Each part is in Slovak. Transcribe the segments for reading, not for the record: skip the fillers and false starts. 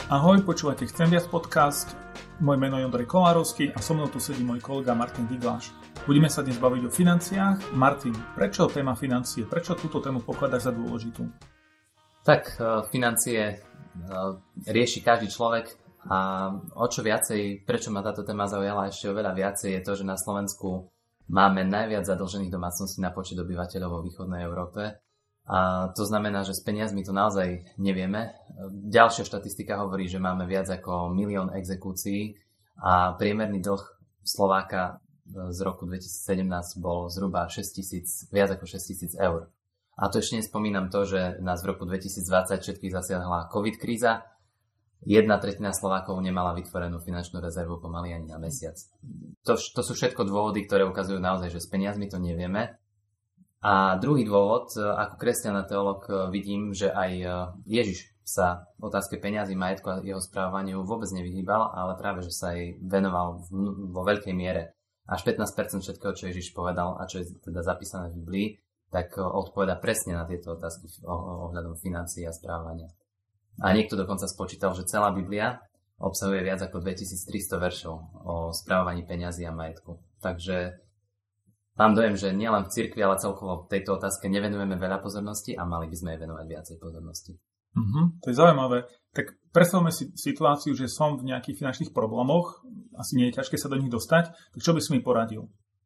Ahoj, počúvate Chcem viac podcast. Moje meno je Ondrej Kolárovský a so mnou tu sedí môj kolega Martin Vigláš. Budeme sa dnes baviť o financiách. Martin, prečo téma financie? Prečo túto tému pokladáš za dôležitú? Tak, financie rieši každý človek a o čo viacej, prečo ma táto téma zaujala ešte oveľa viacej, je to, že na Slovensku máme najviac zadlžených domácností na počet obyvateľov vo východnej Európe. A to znamená, že s peniazmi to naozaj nevieme. Ďalšia štatistika hovorí, že máme viac ako 1 000 000 exekúcií a priemerný dlh Slováka z roku 2017 bol zhruba viac ako 6 000 eur. A to ešte nespomínam to, že nás v roku 2020 všetkých zasiahla COVID kríza. 1/3 Slovákov nemala vytvorenú finančnú rezervu pomaly ani na mesiac. To sú všetko dôvody, ktoré ukazujú naozaj, že s peniazmi to nevieme. A druhý dôvod, ako kresťan a teológ vidím, že aj Ježiš sa otázke peňazí, majetku a jeho správaniu vôbec nevyhýbal, ale práve, že sa aj venoval vo veľkej miere. Až 15% všetkého, čo Ježiš povedal a čo je teda zapísané v Biblii, tak odpoveda presne na tieto otázky ohľadom financií a správania. A niekto dokonca spočítal, že celá Biblia obsahuje viac ako 2300 veršov o správovaní peňazí a majetku. Takže mám dojem, že nielen v cirkvi, ale celkovo v tejto otázke nevenujeme veľa pozornosti a mali by sme jej venovať viacej pozornosti. To je zaujímavé. Tak predstavme si situáciu, že som v nejakých finančných problémoch, asi nie je ťažké sa do nich dostať, tak čo by si mi poradil?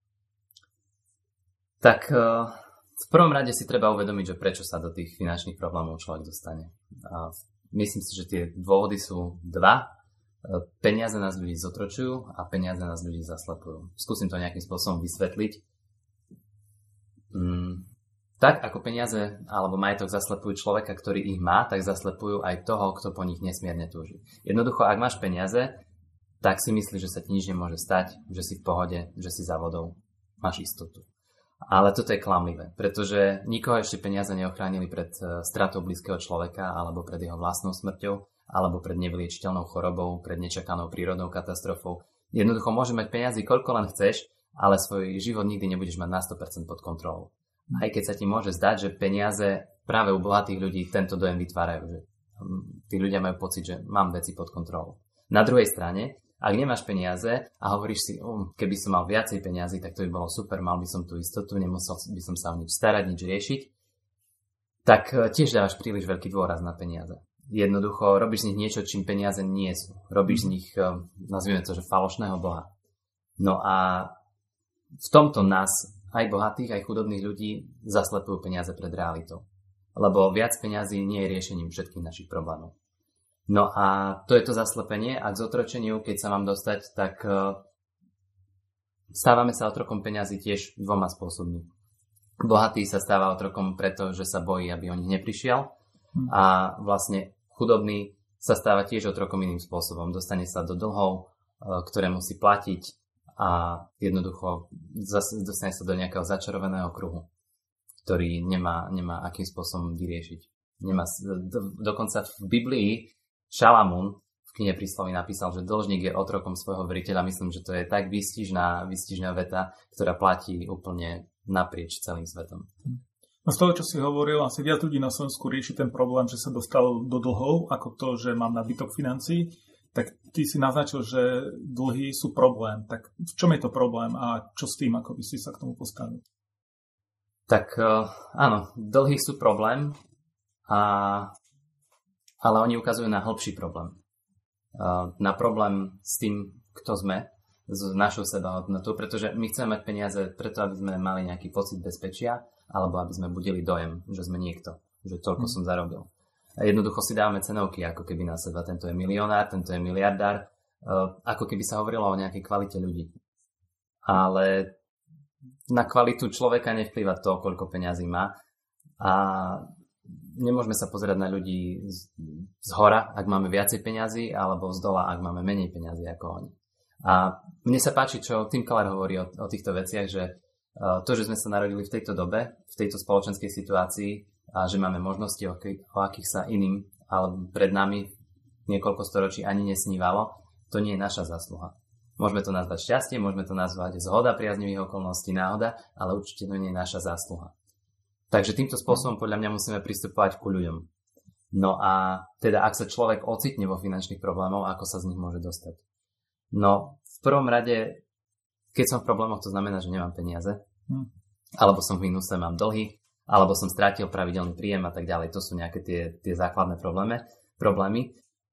Tak v prvom rade si treba uvedomiť, že prečo sa do tých finančných problémov človek dostane. A myslím si, že tie dôvody sú dva. Peniaze nás ľudí zotročujú a peniaze nás ľudí zaslepujú. Skúsim to nejakým spôsobom vysvetliť. Tak ako peniaze alebo majetok zaslepujú človeka, ktorý ich má, tak zaslepujú aj toho, kto po nich nesmierne túži. Jednoducho, ak máš peniaze, tak si myslíš, že sa ti nič nemôže stať, že si v pohode, že si za vodou, máš istotu. Ale toto je klamlivé, pretože nikoho ešte peniaze neochránili pred stratou blízkeho človeka alebo pred jeho vlastnou smrťou alebo pred nevyliečiteľnou chorobou, pred nečakanou prírodnou katastrofou. Jednoducho môžeš mať peniazy koľko len chceš, ale svoj život nikdy nebudeš mať na 100% pod kontrolou. Aj keď sa ti môže zdať, že peniaze práve u bohatých ľudí tento dojem vytvárajú, že tí ľudia majú pocit, že mám veci pod kontrolou. Na druhej strane, ak nemáš peniaze a hovoríš si, keby som mal viacej peniazy, tak to by bolo super, mal by som tú istotu, nemusel by som sa o nič starať, nič riešiť, tak tiež dávaš príliš veľký dôraz na peniaze. Jednoducho robíš z nich niečo, čím peniaze nie sú. Robíš z nich, nazvime to, že falošného boha. No a v tomto nás, aj bohatých, aj chudobných ľudí, zaslepujú peniaze pred realitou. Lebo viac peňazí nie je riešením všetkých našich problémov. No a to je to zaslepenie a k zotročeniu, keď sa mám dostať, tak stávame sa otrokom peňazí tiež dvoma spôsobmi. Bohatý sa stáva otrokom preto, že sa bojí, aby o nich neprišiel. A vlastne chudobný sa stáva tiež otrokom iným spôsobom. Dostane sa do dlhov, ktoré musí platiť, a jednoducho dostane sa do nejakého začarovaného kruhu, ktorý nemá akým spôsobom vyriešiť. Dokonca v Biblii Šalamún v knihe Prísloví napísal, že dlžník je otrokom svojho veriteľa. Myslím, že to je tak výstižná veta, ktorá platí úplne naprieč celým svetom. No z toho, čo si hovoril, asi viac ľudí na Slovensku rieši ten problém, že sa dostal do dlhov, ako to, že mám nadbytok financií. Tak ty si naznačil, že dlhy sú problém. Tak v čom je to problém a čo s tým, ako by si sa k tomu postavil? Tak áno, dlhy sú problém, ale oni ukazujú na hĺbší problém. Na problém s tým, kto sme, s našou sebahodnotou, pretože my chceme mať peniaze preto, aby sme mali nejaký pocit bezpečia, alebo aby sme budili dojem, že sme niekto, že toľko som zarobil. A jednoducho si dávame cenovky, ako keby na seba. Tento je milionár, tento je miliardár, ako keby sa hovorilo o nejakej kvalite ľudí. Ale na kvalitu človeka nevplýva to, koľko peňazí má. A nemôžeme sa pozerať na ľudí z hora, ak máme viacej peňazí, alebo z dola, ak máme menej peňazí ako oni. A mne sa páči, čo Tim Keller hovorí o týchto veciach, že to, že sme sa narodili v tejto dobe, v tejto spoločenskej situácii, a že máme možnosti, o akých sa iným, ale pred nami niekoľko storočí ani nesnívalo, to nie je naša zásluha. Môžeme to nazvať šťastie, môžeme to nazvať zhoda priaznivých okolností, náhoda, ale určite to nie je naša zásluha. Takže týmto spôsobom podľa mňa musíme pristupovať ku ľuďom. No a teda ak sa človek ocitne vo finančných problémoch, ako sa z nich môže dostať? No v prvom rade, keď som v problémoch, to znamená, že nemám peniaze, alebo som v mínuse, mám dlhy, alebo som strátil pravidelný príjem a tak ďalej. To sú nejaké tie základné problémy.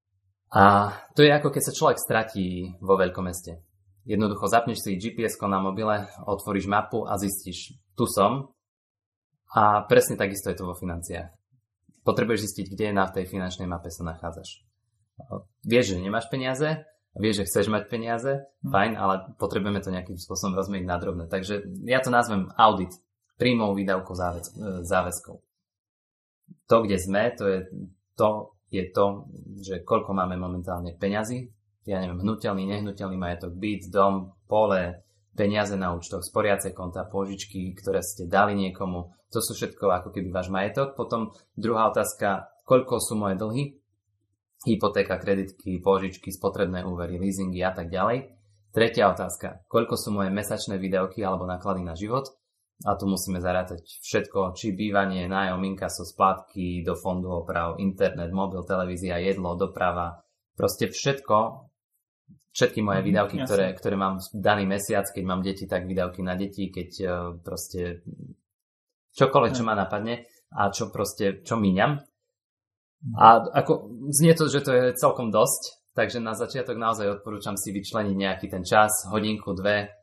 A to je ako keď sa človek stratí vo veľkom meste. Jednoducho zapneš si GPS-ko na mobile, otvoríš mapu a zistíš, tu som. A presne takisto je to vo financiách. Potrebuješ zistiť, kde na tej finančnej mape sa nachádzaš. Vieš, že nemáš peniaze, vieš, že chceš mať peniaze, fajn, ale potrebujeme to nejakým spôsobom rozmeniť na drobné. Takže ja to nazvem audit príjmov, výdavkov, záväzkov. To, kde sme, to je to, že koľko máme momentálne peňazí. Ja neviem, hnutelný, nehnuteľný majetok, byt, dom, pole, peniaze na účtoch, sporiace konta, požičky, ktoré ste dali niekomu. To sú všetko ako keby váš majetok. Potom druhá otázka, koľko sú moje dlhy, hypotéka, kreditky, požičky, spotrebné úvery, leasingy a tak ďalej. Tretia otázka, koľko sú moje mesačné výdavky alebo náklady na život. A tu musíme zarátať všetko, či bývanie, nájom, inkaso, splátky do fondu oprav, internet, mobil, televízia, jedlo, doprava. Proste všetky moje výdavky, ktoré mám daný mesiac, keď mám deti, tak výdavky na deti, keď proste čokoľvek, čo ma napadne a čo míňam. A ako znie to, že to je celkom dosť, takže na začiatok naozaj odporúčam si vyčleniť nejaký ten čas, hodinku, dve,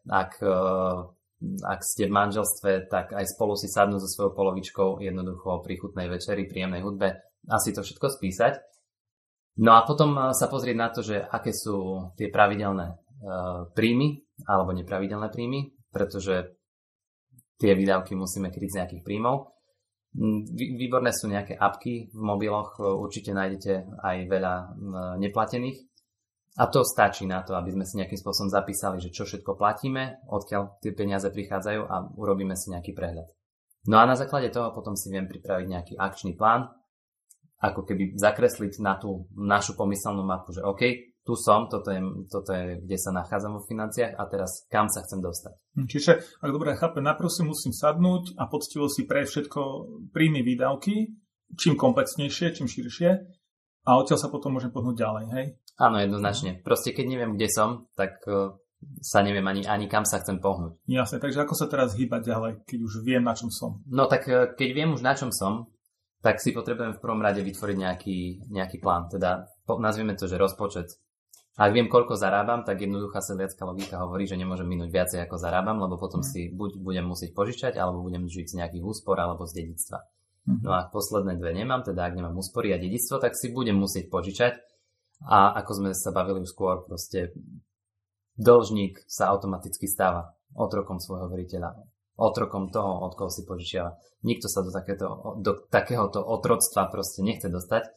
ak ste v manželstve, tak aj spolu si sadnú so svojou polovičkou jednoducho pri chutnej večeri, príjemnej hudbe a si to všetko spísať. No a potom sa pozrieť na to, že aké sú tie pravidelné príjmy alebo nepravidelné príjmy, pretože tie výdavky musíme kryť z nejakých príjmov. Výborné sú nejaké apky v mobiloch, určite nájdete aj veľa neplatených. A to stačí na to, aby sme si nejakým spôsobom zapísali, že čo všetko platíme, odkiaľ tie peniaze prichádzajú a urobíme si nejaký prehľad. No a na základe toho potom si viem pripraviť nejaký akčný plán, ako keby zakresliť na tú našu pomyselnú mapu, že OK, tu som, toto je, kde sa nachádzam vo financiách a teraz kam sa chcem dostať. Čiže, ak dobre chápem, najprv si musím sadnúť a poctivo si prejsť všetko príjmy, výdavky, čím komplexnejšie, čím širšie a odtiaľ sa potom môžem pohnúť ďalej, hej? Áno, jednoznačne. Proste keď neviem, kde som, tak sa neviem ani kam sa chcem pohnúť. Jasne, takže ako sa teraz hýbať ďalej, keď už viem, na čom som? No tak keď viem už, na čom som, tak si potrebujem v prvom rade vytvoriť nejaký plán. Teda nazvieme to, že rozpočet. Ak viem, koľko zarábam, tak jednoduchá sedliacka logika hovorí, že nemôžem minúť viacej, ako zarábam, lebo potom si buď budem musieť požičať, alebo budem žiť z nejakých úspor, alebo z dedičstva. No a posledné dve nemám, teda ak nemám úspory a dedičstvo, tak si budem musieť požičať. A ako sme sa bavili už skôr, proste dlžník sa automaticky stáva otrokom svojho veriteľa, otrokom toho, od koho si požičiava. Nikto sa do takéhoto otroctva proste nechce dostať.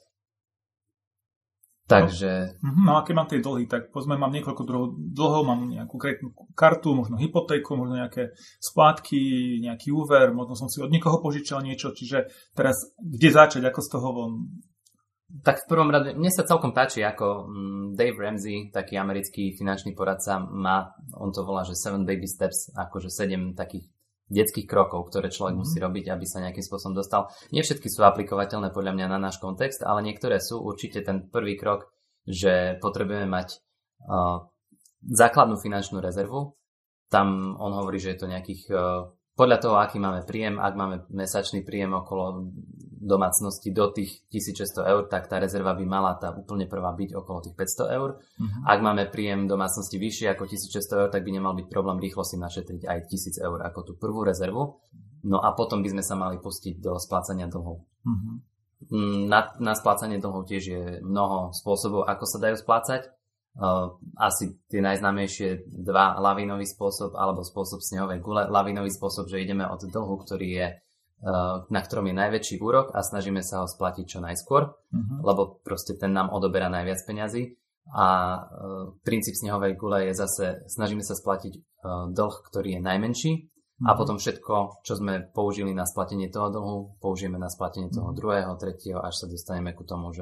Takže... No a keď mám tie dlhy, tak povedzme, mám niekoľko dlhov, mám nejakú kreditnú kartu, možno hypotéku, možno nejaké splátky, nejaký úver, možno som si od niekoho požičal niečo, čiže teraz kde začať, ako z toho von? Tak v prvom rade, mne sa celkom páči, ako Dave Ramsey, taký americký finančný poradca, on to volá, že 7 baby steps, akože 7 takých detských krokov, ktoré človek musí robiť, aby sa nejakým spôsobom dostal. Nie všetky sú aplikovateľné podľa mňa na náš kontext, ale niektoré sú. Určite ten prvý krok, že potrebujeme mať základnú finančnú rezervu. Tam on hovorí, že je to nejakých... podľa toho, aký máme príjem, ak máme mesačný príjem okolo domácnosti do tých 1600 eur, tak tá rezerva by mala tá úplne prvá byť okolo tých 500 eur. Ak máme príjem domácnosti vyšší ako 1600 eur, tak by nemal byť problém rýchlo si našetriť aj 1000 eur ako tú prvú rezervu. No a potom by sme sa mali pustiť do splácania dlhov. Na splácanie dlhov tiež je mnoho spôsobov, ako sa dajú splácať. Asi tie najznámejšie dva, lavinový spôsob alebo spôsob snehovej gule. Lavinový spôsob, že ideme od dlhu, ktorý je, na ktorom je najväčší úrok a snažíme sa ho splatiť čo najskôr, lebo proste ten nám odoberá najviac peňazí. A princíp snehovej gule je zase, snažíme sa splatiť dlh, ktorý je najmenší a potom všetko, čo sme použili na splatenie toho dlhu, použijeme na splatenie toho druhého, tretieho, až sa dostaneme ku tomu, že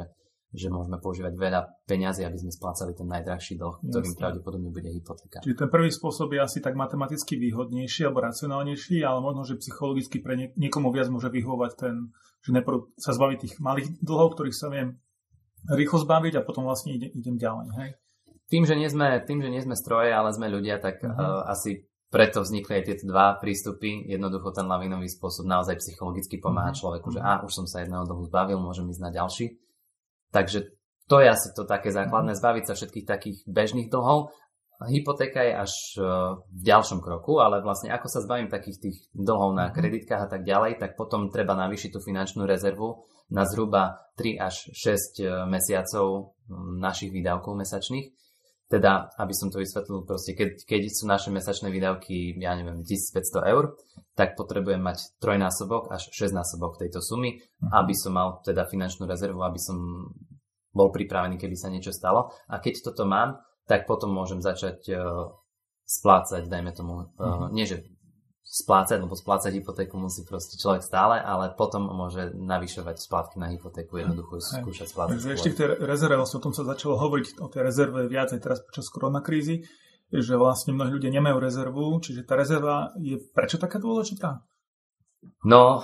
že môžeme používať veľa peňazí, aby sme splácali ten najdrahší dlh, ktorým pravdepodobne bude hypotéka. Čiže ten prvý spôsob je asi tak matematicky výhodnejší alebo racionálnejší, ale možno, že psychologicky pre niekomu viac môže vyhovovať ten, že najprv sa zbaví tých malých dlhov, ktorých sa viem rýchlo zbaviť a potom vlastne idem ďalej. Hej? Tým, že nie sme stroje, ale sme ľudia, tak asi preto vznikli aj tieto dva prístupy. Jednoducho ten lavinový spôsob naozaj psychologicky pomáha človeku, že už som sa jedného dlhu zbavil, môžem ísť na ďalší. Takže to je asi to také základné, zbaviť sa všetkých takých bežných dlhov. Hypotéka je až v ďalšom kroku, ale vlastne ako sa zbavím takých tých dlhov na kreditkách a tak ďalej, tak potom treba navýšiť tú finančnú rezervu na zhruba 3 až 6 mesiacov našich výdavkov mesačných. Teda, aby som to vysvetlil, proste, keď sú naše mesačné výdavky, ja neviem, 1500 eur, tak potrebujem mať trojnásobok až 6-násobok tejto sumy, aby som mal teda finančnú rezervu, aby som bol pripravený, keby sa niečo stalo. A keď toto mám, tak potom môžem začať splácať, dajme tomu, nie že splácať, lebo splácať hypotéku musí proste človek stále, ale potom môže navyšovať splátky na hypotéku, jednoducho skúšať splácať. Takže ešte v tej rezerve, vlastne o tom sa začalo hovoriť, o tej rezerve viac aj teraz počas koronakrízy, že vlastne mnohí ľudia nemajú rezervu, čiže tá rezerva je prečo taká dôležitá? No,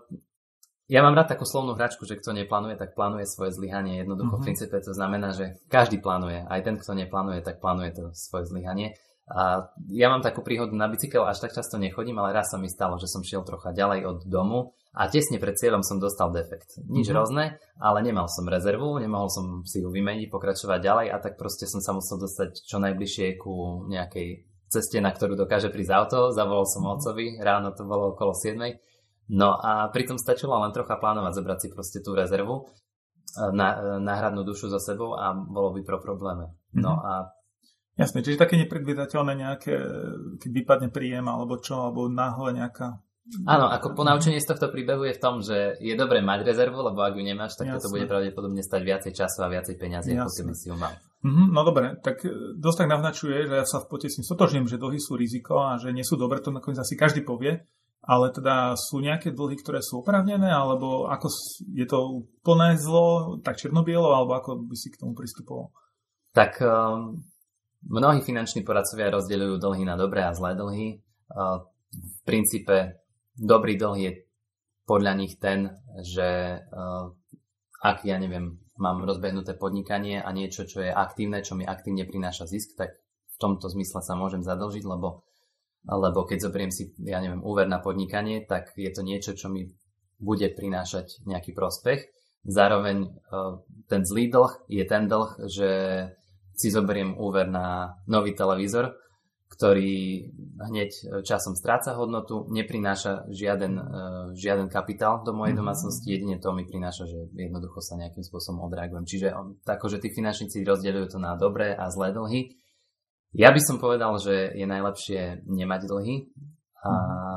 ja mám rád takú slovnú hračku, že kto neplánuje, tak plánuje svoje zlyhanie. Jednoducho v princípe to znamená, že každý plánuje, aj ten, kto neplánuje, tak plánuje to svoje zlyhanie. A ja mám takú príhodu na bicykel, až tak často nechodím, ale raz sa mi stalo, že som šiel trocha ďalej od domu a tesne pred cieľom som dostal defekt. Nič hrozné, ale nemal som rezervu, nemohol som si ju vymeniť, pokračovať ďalej a tak proste som sa musel dostať čo najbližšie ku nejakej ceste, na ktorú dokáže prísť auto. Zavolal som otcovi, ráno to bolo okolo 7. No a pritom stačilo len trocha plánovať, zobrať si proste tú rezervu, náhradnú dušu so sebou a bolo by pro probléme. No a jasne, čiže také nepredvídateľné nejaké, keď vypadne príjem alebo čo, alebo náhle nejaká... Áno, ako ponaučenie z tohto príbehu je v tom, že je dobré mať rezervu, lebo ak ju nemáš, tak to bude pravdepodobne stať viacej času a viacej peňazí, ako keby si ju mal. No dobre, tak dosť tak naznačuje, že ja sa v podstate s tým stotožním, že dlhy sú riziko a že nie sú dobré, to nakoniec asi každý povie, ale teda sú nejaké dlhy, ktoré sú oprávnené, alebo ako je to plné zlo, tak čierno-bielo, alebo ako by si k tomu pristupoval? Tak... Mnohí finanční poradcovia rozdeľujú dlhy na dobré a zlé dlhy. V princípe dobrý dlh je podľa nich ten, že ak, ja neviem, mám rozbehnuté podnikanie a niečo, čo je aktívne, čo mi aktívne prináša zisk, tak v tomto zmysle sa môžem zadlžiť, lebo keď zoberiem si, ja neviem, úver na podnikanie, tak je to niečo, čo mi bude prinášať nejaký prospech. Zároveň ten zlý dlh je ten dlh, že si zoberiem úver na nový televízor, ktorý hneď časom stráca hodnotu, neprináša žiaden kapitál do mojej domácnosti, jedine to mi prináša, že jednoducho sa nejakým spôsobom odreagujem. Čiže že tí finančníci rozdeľujú to na dobré a zlé dlhy. Ja by som povedal, že je najlepšie nemať dlhy a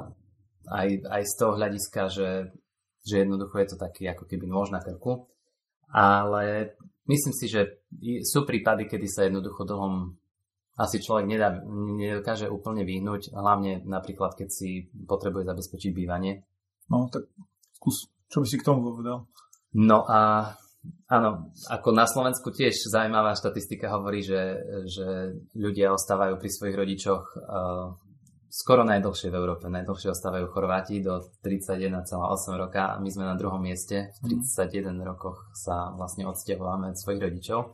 aj z toho hľadiska, že jednoducho je to taký ako keby nôž na krku, ale myslím si, že sú prípady, kedy sa jednoducho dlhom asi človek nedokáže úplne vyhnúť, hlavne napríklad, keď si potrebuje zabezpečiť bývanie. No, tak skús, čo by si k tomu povedal? No a áno, ako na Slovensku tiež zaujímavá štatistika hovorí, že ľudia ostávajú pri svojich rodičoch skoro najdlhšie v Európe. Najdlhšie ostávajú Chorváti do 31,8 roka a my sme na druhom mieste. V 31 rokoch sa vlastne odsťahováme od svojich rodičov.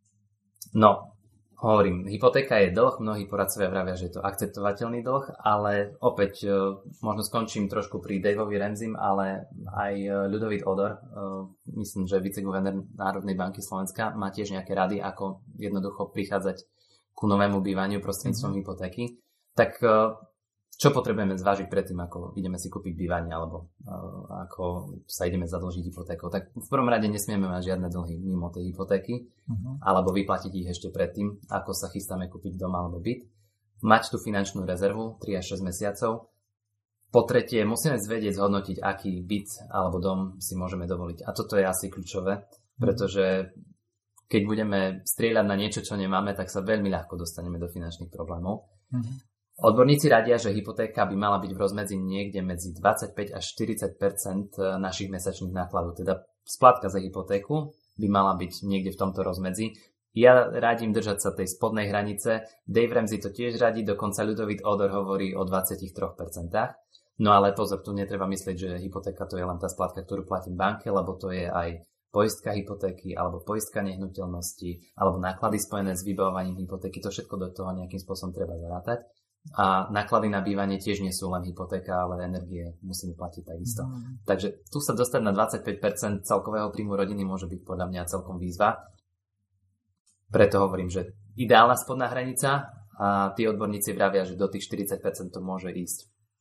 No, hovorím, hypotéka je dlh, mnohí poradcovia vravia, že je to akceptovateľný dlh, ale opäť možno skončím trošku pri Daveovi Ramseym, ale aj Ľudovít Odor, myslím, že viceguvernér Národnej banky Slovenska, má tiež nejaké rady, ako jednoducho prichádzať ku novému bývaniu prostredníctvom hypotéky. Tak čo potrebujeme zvážiť predtým, ako ideme si kúpiť bývanie alebo ako sa ideme zadlžiť hypotékou? Tak v prvom rade nesmieme mať žiadne dlhy mimo tej hypotéky alebo vyplatiť ich ešte predtým, ako sa chystáme kúpiť dom alebo byt. Mať tú finančnú rezervu 3 až 6 mesiacov. Po tretie, musíme vedieť zhodnotiť, aký byt alebo dom si môžeme dovoliť. A toto je asi kľúčové, pretože keď budeme strieľať na niečo, čo nemáme, tak sa veľmi ľahko dostaneme do finančných problémov. Odborníci radia, že hypotéka by mala byť v rozmedzi niekde medzi 25 až 40% našich mesačných nákladov. Teda splátka za hypotéku by mala byť niekde v tomto rozmedzi. Ja radím držať sa tej spodnej hranice. Dave Ramsey to tiež radí, dokonca Ľudovít Odor hovorí o 23%. No ale pozor, tu netreba myslieť, že hypotéka to je len tá splátka, ktorú platím banke, lebo to je aj poistka hypotéky, alebo poistka nehnuteľnosti, alebo náklady spojené s vybavovaním hypotéky. To všetko do toho nejakým spôsobom treba zarátať. A náklady na bývanie tiež nie sú len hypotéka, ale energie musíme platiť takisto. Takže tu sa dostať na 25% celkového príjmu rodiny môže byť podľa mňa celkom výzva. Preto hovorím, že ideálna spodná hranica a tí odborníci vravia, že do tých 40% to môže ísť.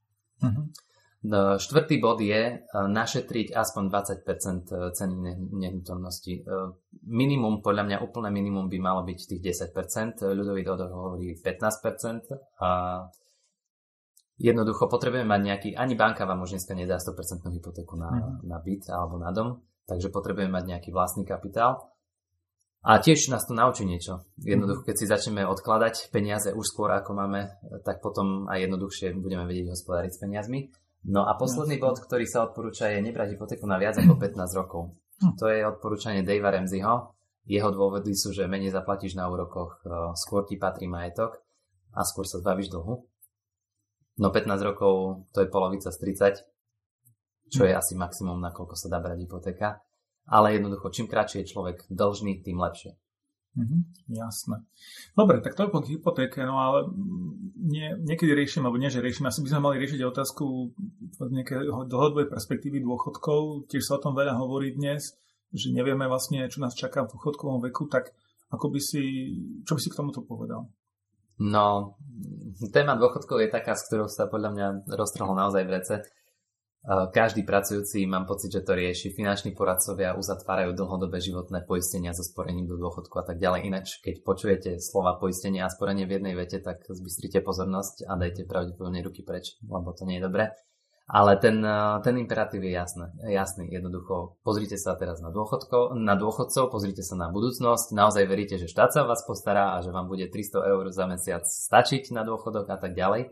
Štvrtý bod je našetriť aspoň 20% ceny nehnuteľnosti. Minimum, podľa mňa úplné minimum by malo byť tých 10%. Ľudovít Odor hovorí 15%. A jednoducho potrebujeme mať nejaký, ani banka vám už dneska nedá 100% hypotéku na byt alebo na dom, takže potrebujeme mať nejaký vlastný kapitál. A tiež nás to naučí niečo. Jednoducho, keď si začneme odkladať peniaze už skôr, ako máme, tak potom aj jednoduchšie budeme vedieť hospodáriť s peniazmi. No a posledný bod, ktorý sa odporúča, je nebrať hypotéku na viac ako 15 rokov. To je odporúčanie Davea Ramseyho. Jeho dôvody sú, že menej zaplatíš na úrokoch, skôr ti patrí majetok a skôr sa zbavíš dlhu. No 15 rokov, to je polovica z 30, čo je asi maximum, na koľko sa dá brať hypotéka. Ale jednoducho, čím kratšie je človek dlžný, tým lepšie. Jasné. Dobre, tak to je po hypotéke, no ale niekedy riešime, alebo nie, že riešime, asi by sme mali riešiť otázku od nejakého dlhodobej perspektívy dôchodkov. Tiež sa o tom veľa hovorí dnes, že nevieme vlastne, čo nás čaká v dôchodkovom veku, tak čo by si k tomuto povedal? No, téma dôchodkov je taká, s ktorou sa podľa mňa roztrhol naozaj v rece. Každý pracujúci, mám pocit, že to rieši. Finanční poradcovia uzatvárajú dlhodobé životné poistenia so sporením do dôchodku a tak ďalej. Ináč, keď počujete slova poistenie a sporenie v jednej vete, tak zbystrite pozornosť a dajte pravdepodobne ruky preč, lebo to nie je dobré. Ale ten imperatív je jasný. Jednoducho, pozrite sa teraz na dôchodcov, pozrite sa na budúcnosť. Naozaj veríte, že štát sa o vás postará a že vám bude 300 eur za mesiac stačiť na dôchodok a tak ďalej.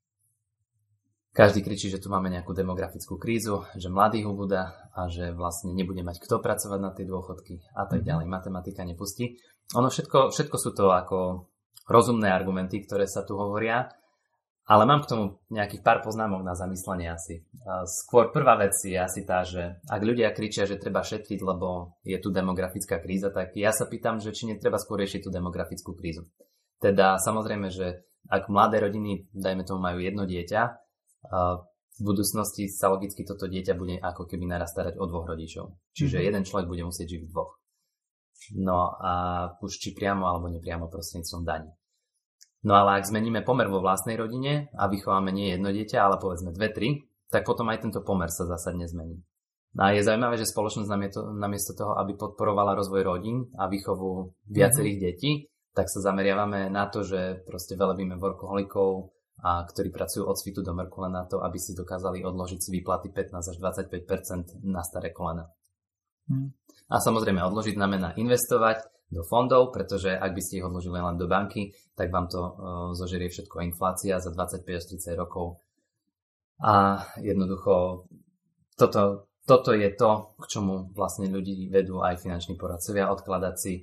Každý kričí, že tu máme nejakú demografickú krízu, že mladých ubúda a že vlastne nebude mať kto pracovať na tie dôchodky a tak ďalej. Matematika nepustí. Ono všetko sú to ako rozumné argumenty, ktoré sa tu hovoria, ale mám k tomu nejakých pár poznámok na zamyslenie asi. Skôr prvá vec je asi tá, že ak ľudia kričia, že treba šetriť, lebo je tu demografická kríza, tak ja sa pýtam, že či netreba skôr riešiť tú demografickú krízu. Teda samozrejme, že ak mladé rodiny, dajme tomu, majú jedno dieťa, v budúcnosti sa logicky toto dieťa bude ako keby naraz starať o 2 rodičov. Čiže jeden človek bude musieť žiť v 2. No a už či priamo alebo nepriamo prostredníctvom daní. No ale ak zmeníme pomer vo vlastnej rodine a vychováme nie jedno dieťa, ale povedzme 2-3, tak potom aj tento pomer sa zásadne zmení. No a je zaujímavé, že spoločnosť namiesto toho, aby podporovala rozvoj rodín a výchovu viacerých detí, tak sa zameriavame na to, že proste velebíme workoholikov, a ktorí pracujú od svitu do mrku len na to, aby si dokázali odložiť si výplaty 15 až 25% na staré kolena. A samozrejme odložiť znamená investovať do fondov, pretože ak by ste ich odložili len do banky, tak vám to zožerie všetko inflácia za 25 až 30 rokov. A jednoducho toto je to, k čomu vlastne ľudí vedú aj finanční poradcovia, odkladať si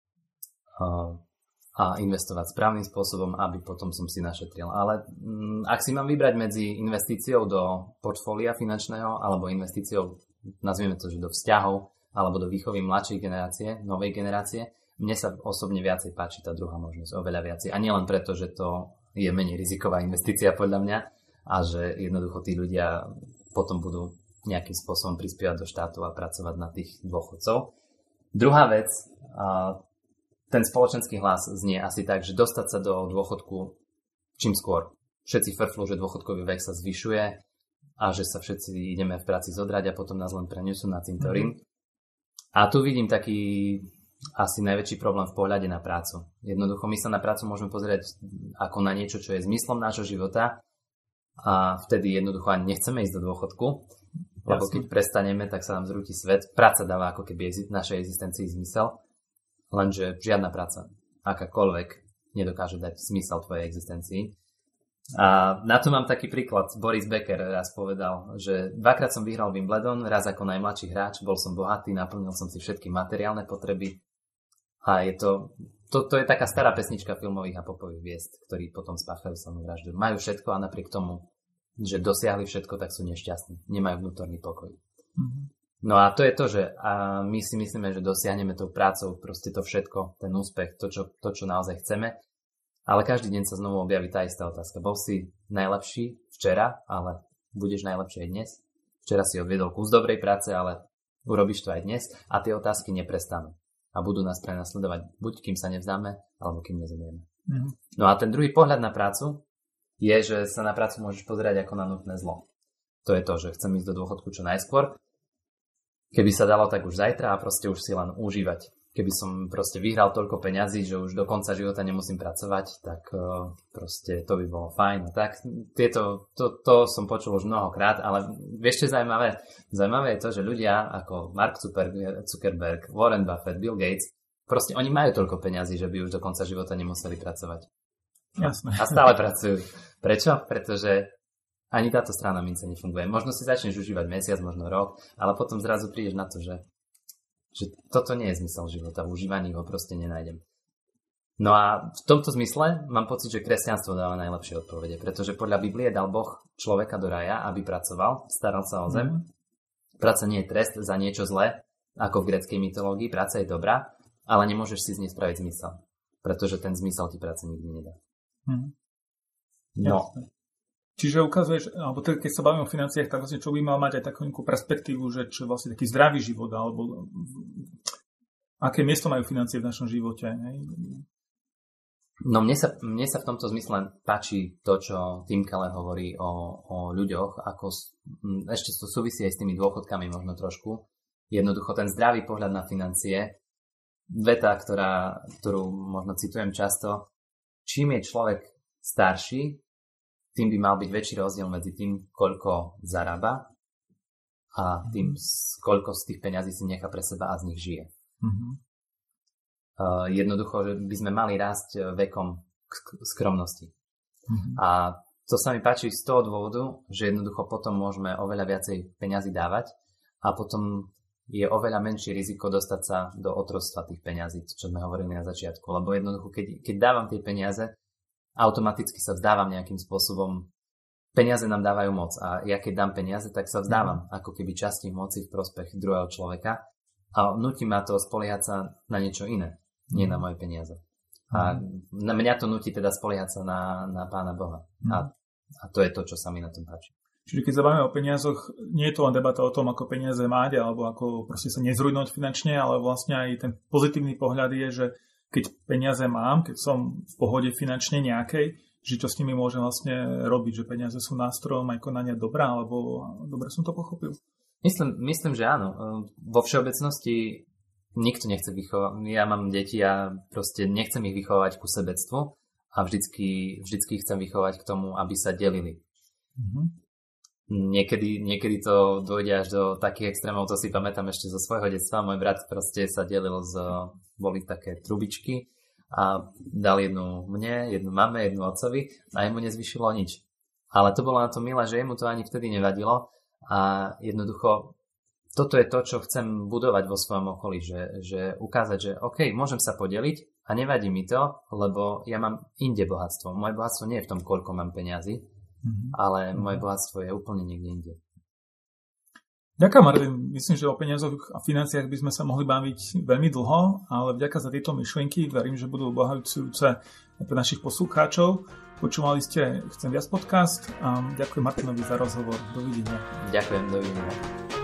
a investovať správnym spôsobom, aby potom som si našetril. Ale ak si mám vybrať medzi investíciou do portfólia finančného alebo investíciou, nazvieme to, že do vzťahov alebo do výchovy mladšej generácie, novej generácie, mne sa osobne viacej páči tá druhá možnosť, oveľa viacej. A nielen preto, že to je menej riziková investícia podľa mňa a že jednoducho tí ľudia potom budú nejakým spôsobom prispievať do štátu a pracovať na tých dôchodcov. Druhá vec, ten spoločenský hlas znie asi tak, že dostať sa do dôchodku čím skôr. Všetci frflú, že dôchodkový vek sa zvyšuje a že sa všetci ideme v práci zodrať a potom nás len prenesú na cintorín. A tu vidím taký asi najväčší problém v pohľade na prácu. Jednoducho my sa na prácu môžeme pozerať ako na niečo, čo je zmyslom nášho života a vtedy jednoducho ani nechceme ísť do dôchodku, lebo keď prestaneme, tak sa nám zrúti svet. Práca dáva ako keby našej existencii zmysel. Lenže žiadna práca, akákoľvek, nedokáže dať zmysel tvojej existencii. A na to mám taký príklad. Boris Becker raz povedal, že 2-krát som vyhral Wimbledon, raz ako najmladší hráč, bol som bohatý, naplnil som si všetky materiálne potreby a je to je taká stará pesnička filmových a popových hviezd, ktorí potom spáchajú samovraždu. Majú všetko a napriek tomu, že dosiahli všetko, tak sú nešťastní. Nemajú vnútorný pokoj. Mm-hmm. No a to je to, že a my si myslíme, že dosiahneme tou prácou proste to všetko, ten úspech, to, čo naozaj chceme. Ale každý deň sa znovu objaví tá istá otázka. Bol si najlepší včera, ale budeš najlepší aj dnes. Včera si odviedol kus dobrej práce, ale urobíš to aj dnes a tie otázky neprestanú. A budú nás prenasledovať buď kým sa nevzdáme, alebo kým nezomrieme. Mm-hmm. No a ten druhý pohľad na prácu je, že sa na prácu môžeš pozerať ako na nutné zlo. To je to, že chcem ísť do dôchodku čo najskôr. Keby sa dalo, tak už zajtra a proste už si len užívať. Keby som proste vyhral toľko peňazí, že už do konca života nemusím pracovať, tak proste to by bolo fajn. Tak to som počul už mnohokrát, ale vieš, čo je zaujímavé? Zaujímavé je to, že ľudia ako Mark Zuckerberg, Warren Buffett, Bill Gates, proste oni majú toľko peňazí, že by už do konca života nemuseli pracovať. Jasné. A stále pracujú. Prečo? Pretože ani táto strana mince nefunguje. Možno si začneš užívať mesiac, možno rok, ale potom zrazu prídeš na to, že toto nie je zmysel života, v užívaní ho proste nenájdem. No a v tomto zmysle mám pocit, že kresťanstvo dáva najlepšie odpovede, pretože podľa Biblie dal Boh človeka do raja, aby pracoval, staral sa o zem. Práca nie je trest za niečo zlé, ako v gréckej mytológii, práca je dobrá, ale nemôžeš si z nej spraviť zmysel, pretože ten zmysel ti práca nikdy nedá. No. Čiže ukazuješ, alebo keď sa bavíme o financiách, tak vlastne čo by mal mať aj takú perspektívu, že čo vlastne taký zdravý život, alebo aké miesto majú financie v našom živote. Hej? No mne sa v tomto zmysle páči to, čo Tim Keller hovorí o ľuďoch, ako ešte to súvisí aj s tými dôchodkami možno trošku. Jednoducho ten zdravý pohľad na financie, veta, ktorú možno citujem často, čím je človek starší, tým by mal byť väčší rozdiel medzi tým, koľko zarába a tým, koľko z tých peňazí si nechá pre seba a z nich žije. Mm-hmm. Jednoducho, že by sme mali rásť vekom skromnosti. Mm-hmm. A to sa mi páči z toho dôvodu, že jednoducho potom môžeme oveľa viacej peňazí dávať a potom je oveľa menšie riziko dostať sa do otroctva tých peňazí, čo sme hovorili na začiatku. Lebo jednoducho, keď dávam tie peniaze, automaticky sa vzdávam nejakým spôsobom. Peniaze nám dávajú moc a ja keď dám peniaze, tak sa vzdávam ako keby časti moci v prospech druhého človeka a nutí ma to spoliehať sa na niečo iné, nie na moje peniaze. A na mňa to nutí teda spoliehať sa na Pána Boha. A to je to, čo sa mi na tom páči. Čiže keď sa bavíme o peniazoch, nie je to len debata o tom, ako peniaze mať alebo ako proste sa nezrujnúť finančne, ale vlastne aj ten pozitívny pohľad je, že keď peniaze mám, keď som v pohode finančne nejakej, že čo s nimi môžem vlastne robiť, že peniaze sú nástrojom aj konania dobrá, alebo dobre som to pochopil? Myslím, že áno. Vo všeobecnosti nikto nechce vychovať. Ja mám deti a proste nechcem ich vychovať ku sebectvu a vždycky chcem vychovať k tomu, aby sa delili. Mm-hmm. Niekedy to dôjde až do takých extrémov, to si pamätám ešte zo svojho detstva. Môj brat proste sa delil boli také trubičky a dal jednu mne, jednu mame, jednu otcovi a jemu nezvyšilo nič. Ale to bolo na to milé, že jemu to ani vtedy nevadilo a jednoducho toto je to, čo chcem budovať vo svojom okolí, že ukázať, že OK, môžem sa podeliť a nevadí mi to, lebo ja mám inde bohatstvo. Moje bohatstvo nie je v tom, koľko mám peňazí, ale moje bohatstvo je úplne niekde inde. Ďakujem, Martin. Myslím, že o peniazoch a financiách by sme sa mohli baviť veľmi dlho, ale vďaka za tieto myšlienky verím, že budú obohajujúce pre našich poslucháčov. Počúvali ste Chcem viac podcast a ďakujem Martinovi za rozhovor. Dovidenia. Ďakujem, dovidenia.